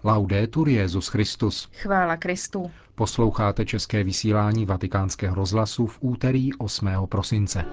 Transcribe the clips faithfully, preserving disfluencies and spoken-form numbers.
Laudetur Jesus Christus. Chvála Kristu. Posloucháte české vysílání Vatikánského rozhlasu v úterý osmého prosince.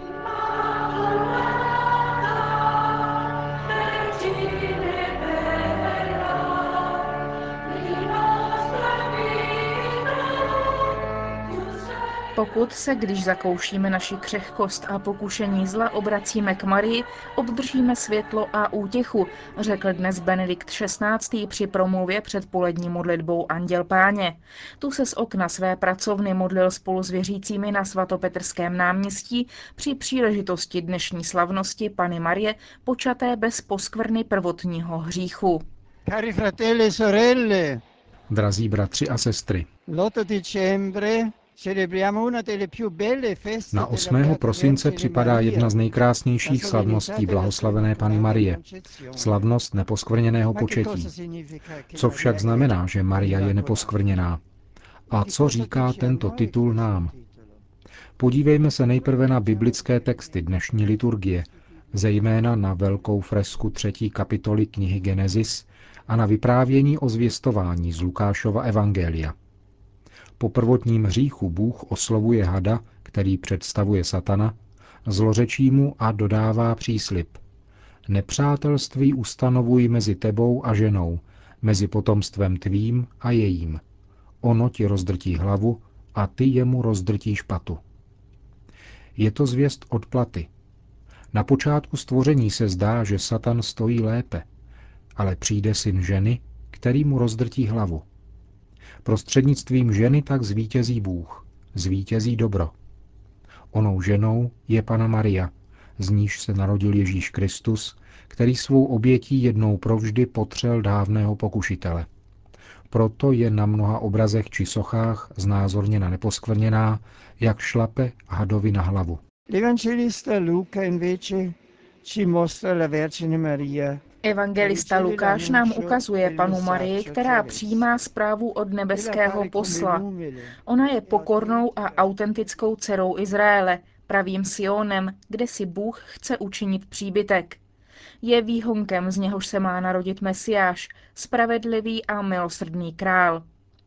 Pokud se, když zakoušíme naši křehkost a pokušení zla, obracíme k Marii, obdržíme světlo a útěchu, řekl dnes Benedikt šestnáctý. při promluvě před polední modlitbou Anděl Páně. Tu se z okna své pracovny modlil spolu s věřícími na svatopetrském náměstí při příležitosti dnešní slavnosti Panny Marie, počaté bez poskvrny prvotního hříchu. Cari fratelli e sorelle, Drazí bratři a sestry, l'otto dicembre celebriamo una delle più belle feste na della osmého Beata prosince Vergine připadá jedna z Maria, nejkrásnějších slavností blahoslavené Panny Marie, slavnost neposkvrněného Ma che cosa početí. significa che Co Maria však è znamená, že Maria je immacolata? neposkvrněná? A E che co cosa říká dice a tento noi titul questo nám? titolo? Podívejme se nejprve na biblické texty dnešní liturgie, zejména na velkou fresku třetí kapitoly knihy Genesis a na vyprávění o zvěstování z Lukášova evangelia. Po prvotním hříchu Bůh oslovuje hada, který představuje satana, zlořečí mu a dodává příslib. Nepřátelství ustanovuj mezi tebou a ženou, mezi potomstvem tvým a jejím. Ono ti rozdrtí hlavu a ty jemu rozdrtíš patu. Je to zvěst odplaty. Na počátku stvoření se zdá, že Satan stojí lépe, ale přijde syn ženy, který mu rozdrtí hlavu. Prostřednictvím ženy tak zvítězí Bůh, zvítězí dobro. Onou ženou je Panna Maria, z níž se narodil Ježíš Kristus, který svou obětí jednou provždy potřel dávného pokušitele. Proto je na mnoha obrazech či sochách znázorněna neposkvrněná, jak šlape hadovi na hlavu. L'Evangelista Luca invece ci mostra la Vergine Maria. Evangelista Lukáš nám ukazuje Pannu Marii, která přijímá zprávu od nebeského posla. Ona je pokornou a autentickou dcerou Izraele, pravým Sionem, kde si Bůh chce učinit příbytek. Je výhonkem, z něhož se má narodit Mesiáš, spravedlivý a milosrdný král.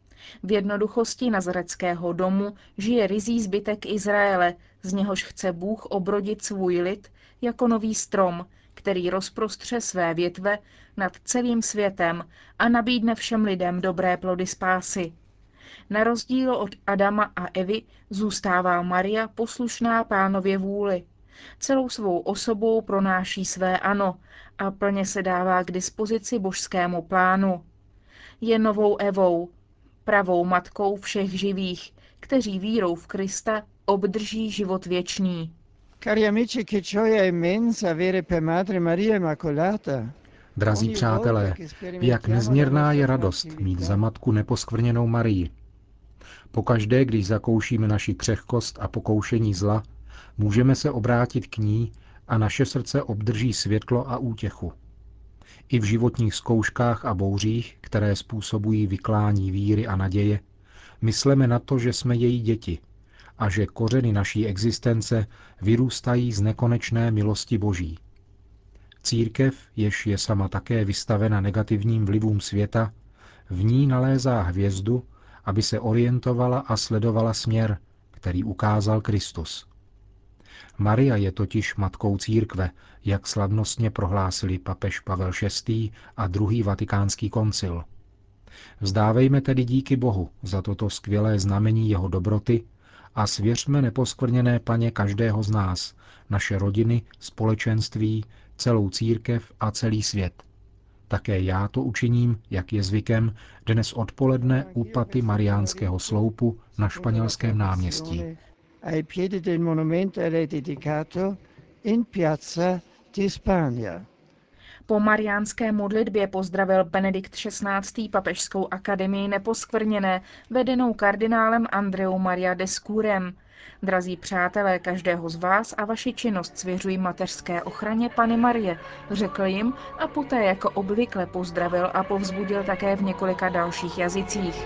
V jednoduchosti nazareckého domu žije ryzí zbytek Izraele, z něhož chce Bůh obrodit svůj lid jako nový strom, který rozprostře své větve nad celým světem a nabídne všem lidem dobré plody spásy. Na rozdíl od Adama a Evy zůstává Maria poslušná Pánově vůli. Celou svou osobou pronáší své ano a plně se dává k dispozici božskému plánu. Je novou Evou, pravou matkou všech živých, kteří vírou v Krista obdrží život věčný. Cari amici, che gioia immensa avere per madre Maria Immacolata. Drazí přátelé, jak nezměrná je radost mít za matku neposkvrněnou Marii. Pokaždé, když zakoušíme naši křehkost a pokoušení zla, můžeme se obrátit k ní a naše srdce obdrží světlo a útěchu. I v životních zkouškách a bouřích, které způsobují vyklání víry a naděje, mysleme na to, že jsme její děti a že kořeny naší existence vyrůstají z nekonečné milosti Boží. Církev, jež je sama také vystavena negativním vlivům světa, v ní nalézá hvězdu, aby se orientovala a sledovala směr, který ukázal Kristus. Maria je totiž matkou církve, jak slavnostně prohlásili papež Pavel šestý. a druhý vatikánský koncil. Vzdávejme tedy díky Bohu za toto skvělé znamení jeho dobroty a svěřme neposkvrněné Paně každého z nás, naše rodiny, společenství, celou církev a celý svět. Také já to učiním, jak je zvykem, dnes odpoledne u paty Mariánského sloupu na Španělském náměstí. Ai piedi del monumento a lei dedicato in piazza di Spagna. Po mariánské modlitbě pozdravil Benedikt šestnáctý. Papežskou akademii neposkvrněné, vedenou kardinálem Andreou Maria de Scurem. Drazí přátelé, každého z vás a vaši činnost svěřují mateřské ochraně Panny Marie, řekl jim a poté jako obvykle pozdravil a povzbudil také v několika dalších jazycích.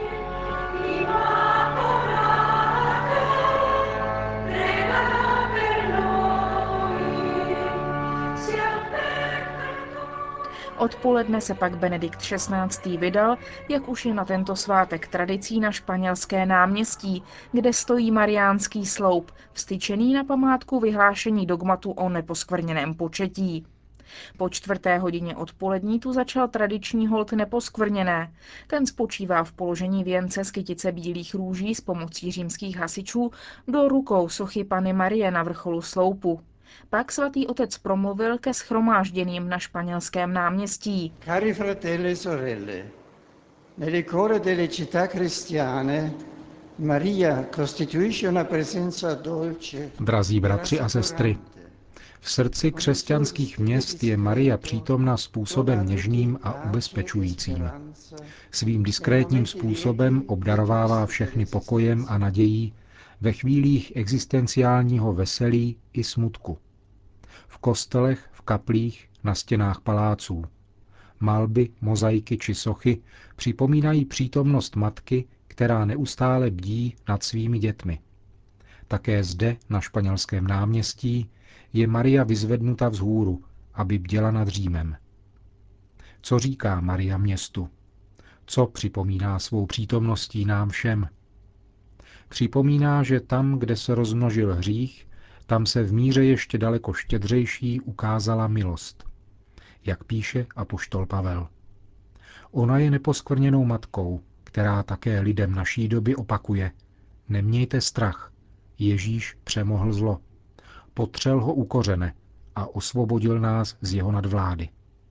Odpoledne se pak Benedikt šestnáctý vydal, jak už je na tento svátek tradicí, na Španělské náměstí, kde stojí mariánský sloup, vztyčený na památku vyhlášení dogmatu o neposkvrněném početí. Po čtvrté hodině odpolední tu začal tradiční holt Neposkvrněné. Ten spočívá v položení věnce z kytice bílých růží s pomocí římských hasičů do rukou sochy Panny Marie na vrcholu sloupu. Pak svatý otec promluvil ke shromážděným na Španělském náměstí. Cari fratelli e sorelle, nelle core delle città cristiane Maria costituisce una presenza dolce. Drazí bratři a sestry, v srdci křesťanských měst je Maria přítomna způsobem něžným a ubezpečujícím. Svým diskrétním způsobem obdarovává všechny pokojem a nadějí ve chvílích existenciálního veselí i smutku. V kostelech, v kaplích, na stěnách paláců. Malby, mozaiky či sochy připomínají přítomnost matky, která neustále bdí nad svými dětmi. Také zde, na Španělském náměstí, je Maria vyzvednuta vzhůru, aby bděla nad Římem. Co říká Maria městu? Co připomíná svou přítomností nám všem? Připomíná, že tam, kde se rozmnožil hřích, tam se v míře ještě daleko štědřejší ukázala milost. Jak píše apoštol Pavel. Ona je neposkvrněnou matkou, která také lidem naší doby opakuje: nemějte strach, Ježíš přemohl zlo. Potřel ho u kořene a osvobodil nás z jeho nadvlády.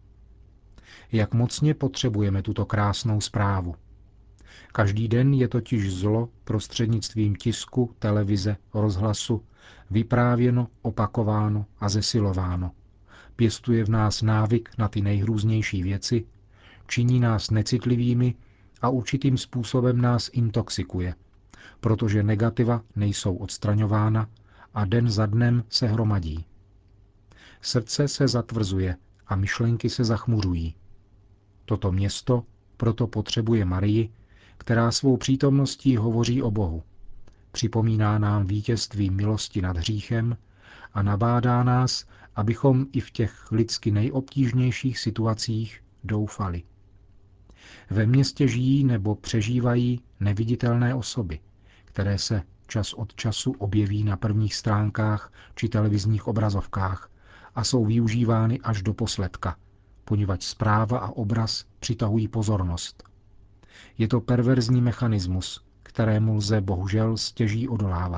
Jak mocně potřebujeme tuto krásnou zprávu. Každý den je totiž zlo prostřednictvím tisku, televize, rozhlasu vyprávěno, opakováno a zesilováno. Pěstuje v nás návyk na ty nejhrůznější věci, činí nás necitlivými a určitým způsobem nás intoxikuje, protože negativa nejsou odstraňována a den za dnem se hromadí. Srdce se zatvrzuje a myšlenky se zachmuřují. Toto město proto potřebuje Marii, která svou přítomností hovoří o Bohu. Připomíná nám vítězství milosti nad hříchem a nabádá nás, abychom i v těch lidsky nejobtížnějších situacích doufali. Ve městě žijí nebo přežívají neviditelné osoby, které se čas od času objeví na prvních stránkách či televizních obrazovkách a jsou využívány až do posledka, poněvadž zpráva a obraz přitahují pozornost. Je to perverzní mechanismus, kterému lze bohužel stěží odolávat.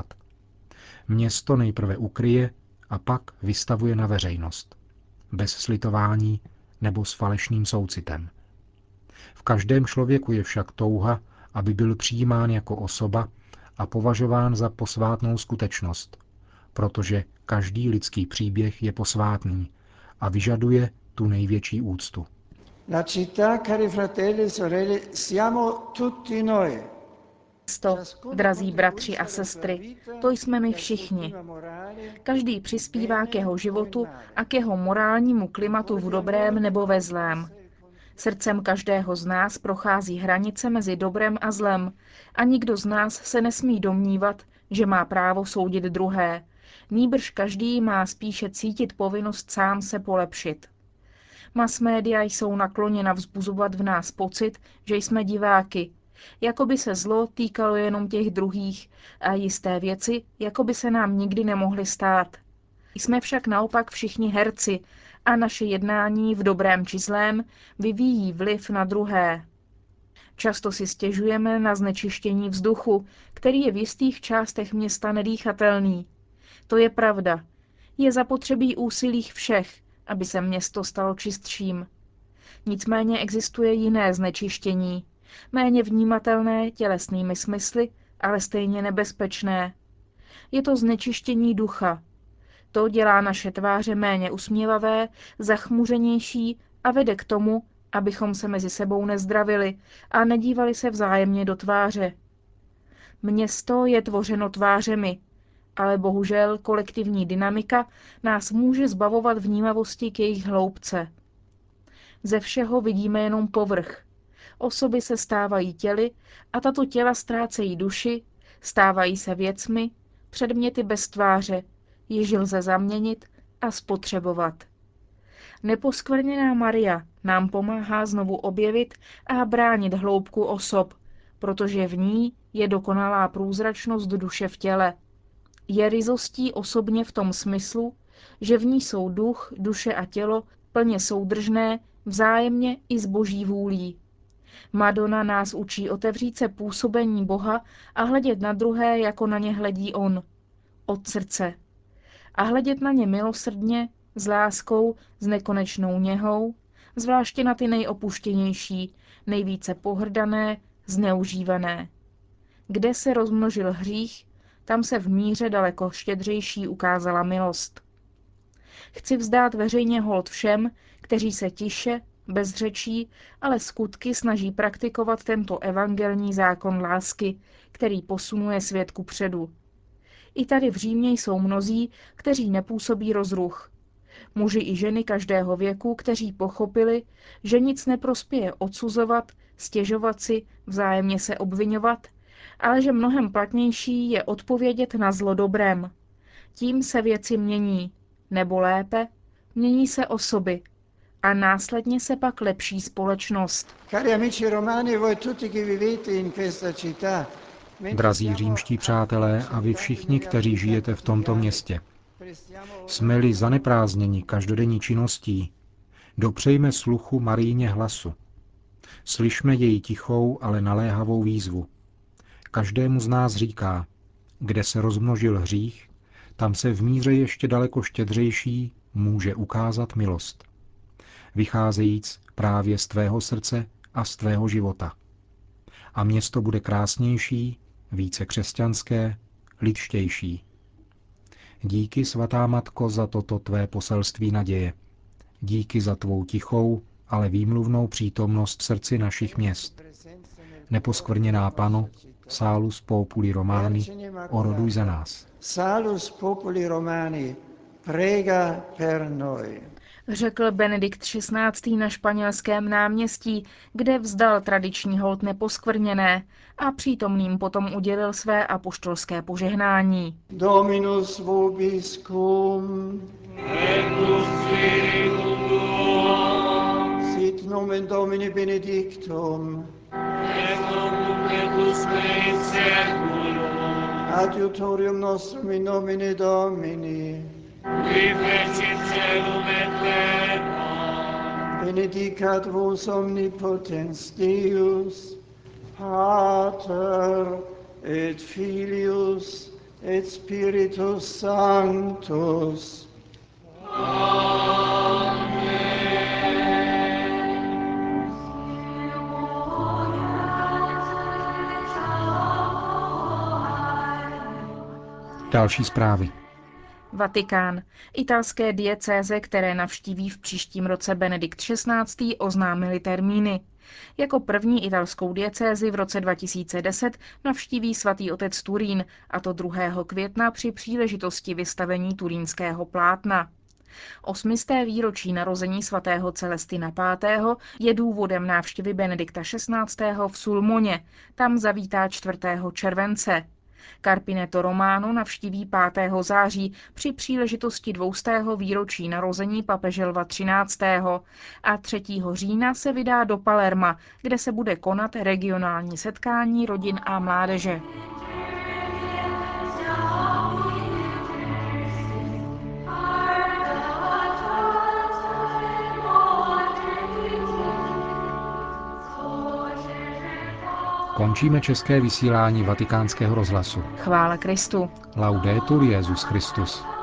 Město nejprve ukryje a pak vystavuje na veřejnost. Bez slitování nebo s falešným soucitem. V každém člověku je však touha, aby byl přijímán jako osoba a považován za posvátnou skutečnost, protože každý lidský příběh je posvátný a vyžaduje tu největší úctu. La città, cari fratelli e sorelle, siamo tutti noi. Město, drazí bratři a sestry, to jsme my všichni. Každý přispívá k jeho životu a k jeho morálnímu klimatu v dobrém nebo ve zlém. Srdcem každého z nás prochází hranice mezi dobrem a zlem a nikdo z nás se nesmí domnívat, že má právo soudit druhé. Nýbrž každý má spíše cítit povinnost sám se polepšit. Masmédia jsou nakloněna vzbuzovat v nás pocit, že jsme diváky, jako by se zlo týkalo jenom těch druhých a jisté věci, jako by se nám nikdy nemohly stát. Jsme však naopak všichni herci a naše jednání v dobrém či zlém vyvíjí vliv na druhé. Často si stěžujeme na znečištění vzduchu, který je v jistých částech města nedýchatelný. To je pravda. Je zapotřebí úsilích všech, aby se město stalo čistším. Nicméně existuje jiné znečištění, méně vnímatelné tělesnými smysly, ale stejně nebezpečné. Je to znečištění ducha. To dělá naše tváře méně usměvavé, zachmuřenější a vede k tomu, abychom se mezi sebou nezdravili a nedívali se vzájemně do tváře. Město je tvořeno tvářemi, ale bohužel kolektivní dynamika nás může zbavovat vnímavosti k jejich hloubce. Ze všeho vidíme jenom povrch. Osoby se stávají těly a tato těla ztrácejí duši, stávají se věcmi, předměty bez tváře, již lze zaměnit a spotřebovat. Neposkvrněná Maria nám pomáhá znovu objevit a bránit hloubku osob, protože v ní je dokonalá průzračnost duše v těle. Je ryzostí osobně v tom smyslu, že v ní jsou duch, duše a tělo plně soudržné, vzájemně i s Boží vůlí. Madonna nás učí otevřít se působení Boha a hledět na druhé, jako na ně hledí On, od srdce. A hledět na ně milosrdně, s láskou, s nekonečnou něhou, zvláště na ty nejopuštěnější, nejvíce pohrdané, zneužívané. Kde se rozmnožil hřích, tam se v míře daleko štědřejší ukázala milost. Chci vzdát veřejně hold všem, kteří se tiše, bez řečí, ale skutky snaží praktikovat tento evangelní zákon lásky, který posunuje svět kupředu. I tady v Římě jsou mnozí, kteří nepůsobí rozruch. Muži i ženy každého věku, kteří pochopili, že nic neprospěje odsuzovat, stěžovat si, vzájemně se obviňovat, ale že mnohem platnější je odpovědět na zlo dobrem. Tím se věci mění, nebo lépe, mění se osoby a následně se pak lepší společnost. Drazí římští přátelé a vy všichni, kteří žijete v tomto městě, jsme-li zaneprázdněni každodenní činností, dopřejme sluchu Marijně hlasu. Slyšme její tichou, ale naléhavou výzvu. Každému z nás říká, kde se rozmnožil hřích, tam se v míře ještě daleko štědřejší může ukázat milost. Vycházejíc právě z tvého srdce a z tvého života. A město bude krásnější, více křesťanské, lidštější. Díky, svatá Matko, za toto tvé poselství naděje. Díky za tvou tichou, ale výmluvnou přítomnost v srdci našich měst. Neposkvrněná Pano, Salus Populi Romani, oroduj za nás. Salus Populi Romani, prega per noi. Řekl Benedikt šestnáctý na Španělském náměstí, kde vzdal tradiční hold Neposkvrněné a přítomným potom udělil své apoštolské požehnání. Dominus vobiscum, et cum spiritu tuo, sit nomen Domini benedictum, et nunc et usque in seculum, adiutorium nostrum in nomine Domini, qui fecit celum et terra, benedicat vos omnipotens Deus, Pater et Filius et Spiritus Sanctus. Další zprávy. Vatikán. Italské diecéze, které navštíví v příštím roce Benedikt šestnáctý, oznámili termíny. Jako první italskou diecézi v roce dva tisíce deset navštíví svatý otec Turín, a to druhého května při příležitosti vystavení turínského plátna. Osmisté výročí narození svatého Celestina pátého. je důvodem návštěvy Benedikta šestnáctého. v Sulmoně. Tam zavítá čtvrtého července. Carpineto Romano navštíví pátého září při příležitosti dvoustého výročí narození papeže Lva třináctého. a třetího října se vydá do Palerma, kde se bude konat regionální setkání rodin a mládeže. Končíme české vysílání Vatikánského rozhlasu. Chvála Kristu. Laudetur Jesus Christus.